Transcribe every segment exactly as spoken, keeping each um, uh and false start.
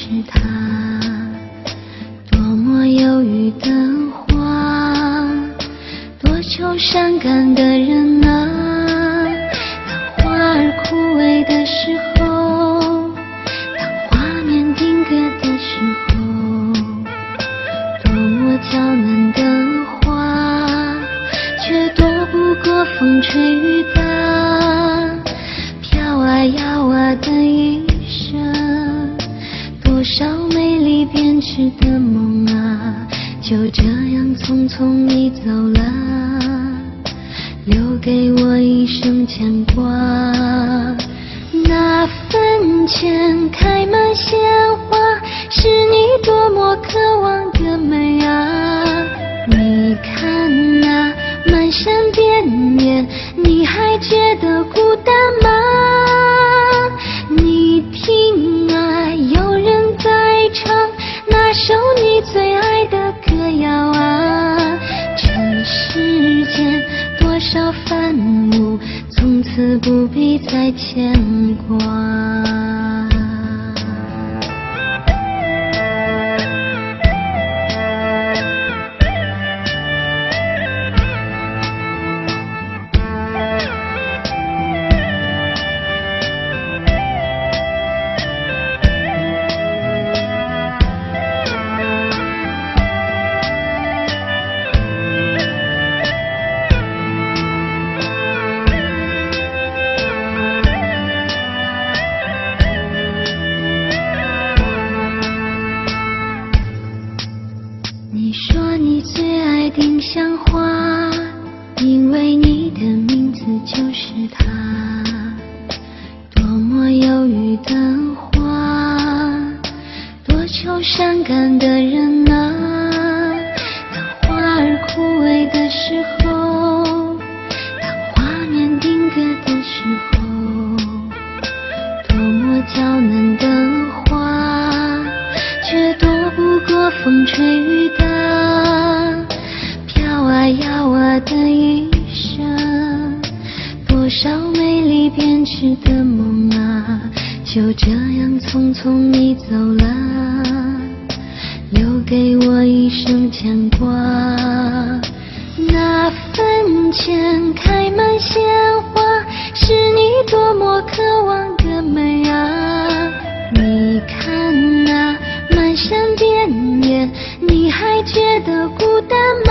他，多么忧郁的花，多愁善感的人啊。当花儿枯萎的时候，当画面定格的时候，多么娇嫩的花，却躲不过风吹雨打。飘啊摇啊的一生，多少美丽编织的梦啊，就这样匆匆你走了，留给我一生牵挂。那坟前开满鲜花，是你多么渴望的美啊。你看那满山遍野，你还觉得孤单吗？你听啊，有人在唱那首你最爱的歌谣啊。这世间多少烦恼，从此不必再牵挂。你说你最爱丁香花，因为你的名字就是它。多么忧郁的花，多愁善感的人啊。当花儿枯萎的时候，当画面定格的时候，多么娇嫩的花，却躲不过风吹雨打。飘啊摇啊的一生，多少美丽编织的梦啊，就这样匆匆你走了，留给我一生牵挂。那坟前开满鲜花，是你多么渴望的美啊。你看那满山遍野，你还觉得孤单吗？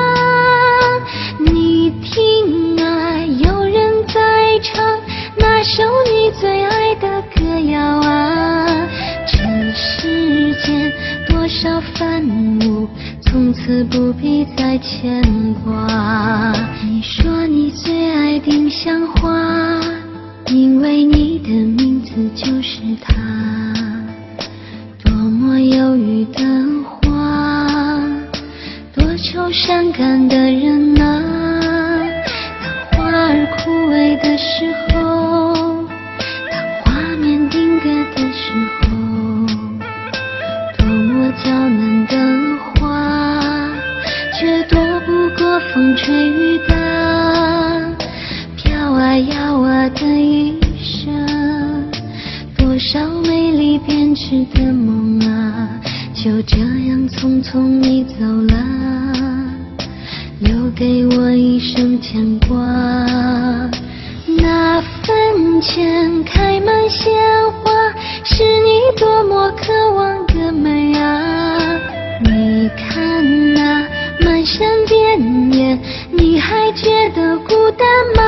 你听啊，有人在唱那首你最爱的歌谣啊。这世间多少烦恼，从此不必再牵挂。你说你最爱丁香花，因为你的名字就是它。多么忧郁的花，多愁善感的人啊。当花儿枯萎的时候，当画面定格的时候，多么娇嫩的花，却躲不过风吹雨打。飘啊摇啊的一生，多少美丽编织的梦啊，就这样匆匆你走了，留给我一生牵挂。那坟前开满鲜花，是你多么渴望的美啊。你看那满山遍野，你还觉得孤单吗？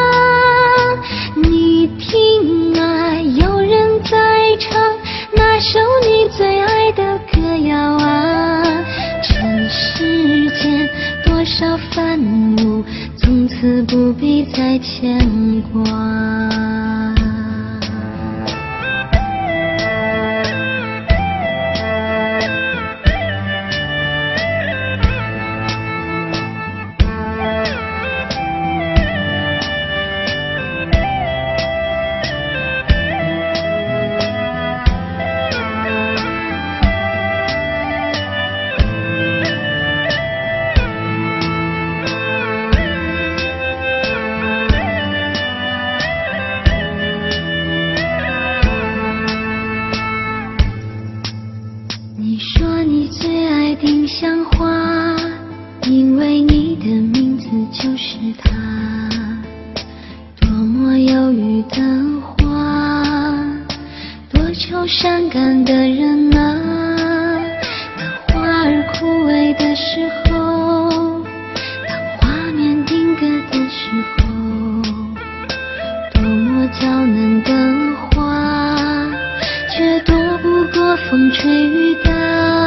你听啊，有人在唱那首你最爱的歌谣啊。这世间多少烦恼，从此不必再牵挂。 丁香花，因为你的名字就是它。多么忧郁的花，多愁善感的人啊。当花儿枯萎的时候，当画面定格的时候，多么娇嫩的花，却躲不过风吹雨打。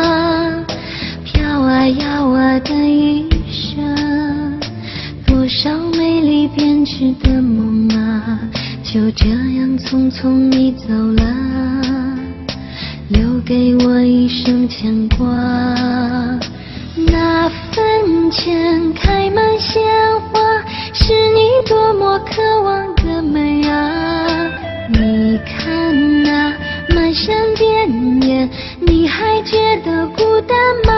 飘啊摇啊的一生，多少美丽编织的梦啊，就这样匆匆你走了，留给我一生牵挂。那坟前开满鲜花，是你多么渴望的美啊。你看那漫山遍野，你还觉得孤单吗？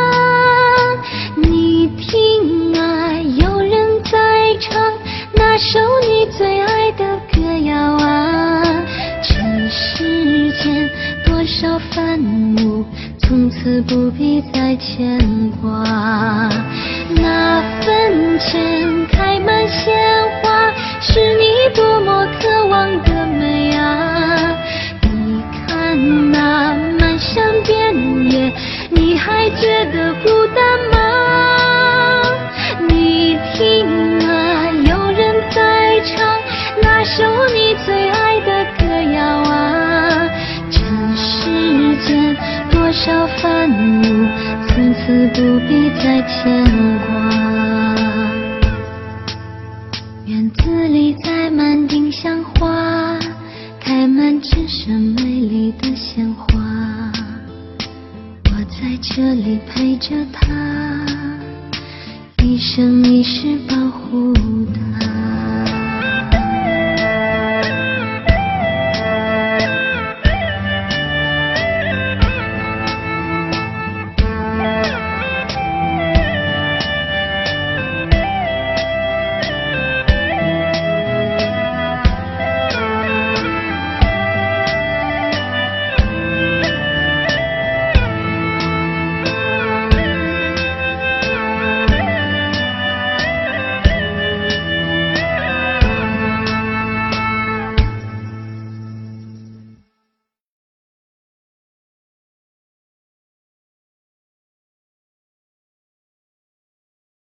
你听啊，有人在唱那首你最爱的歌谣啊。这世间多少烦恼，从此不必再牵挂。那坟前开满鲜花，是你多么渴望的美啊。你看那漫山遍野，你还觉得孤单吗？你听啊，有人在唱那首你最爱的歌谣啊。这世间多少烦恼，从此不必再牵挂。院子里栽满丁香花，开满只剩美丽的鲜花。我在这里陪着她，一生一世保护她。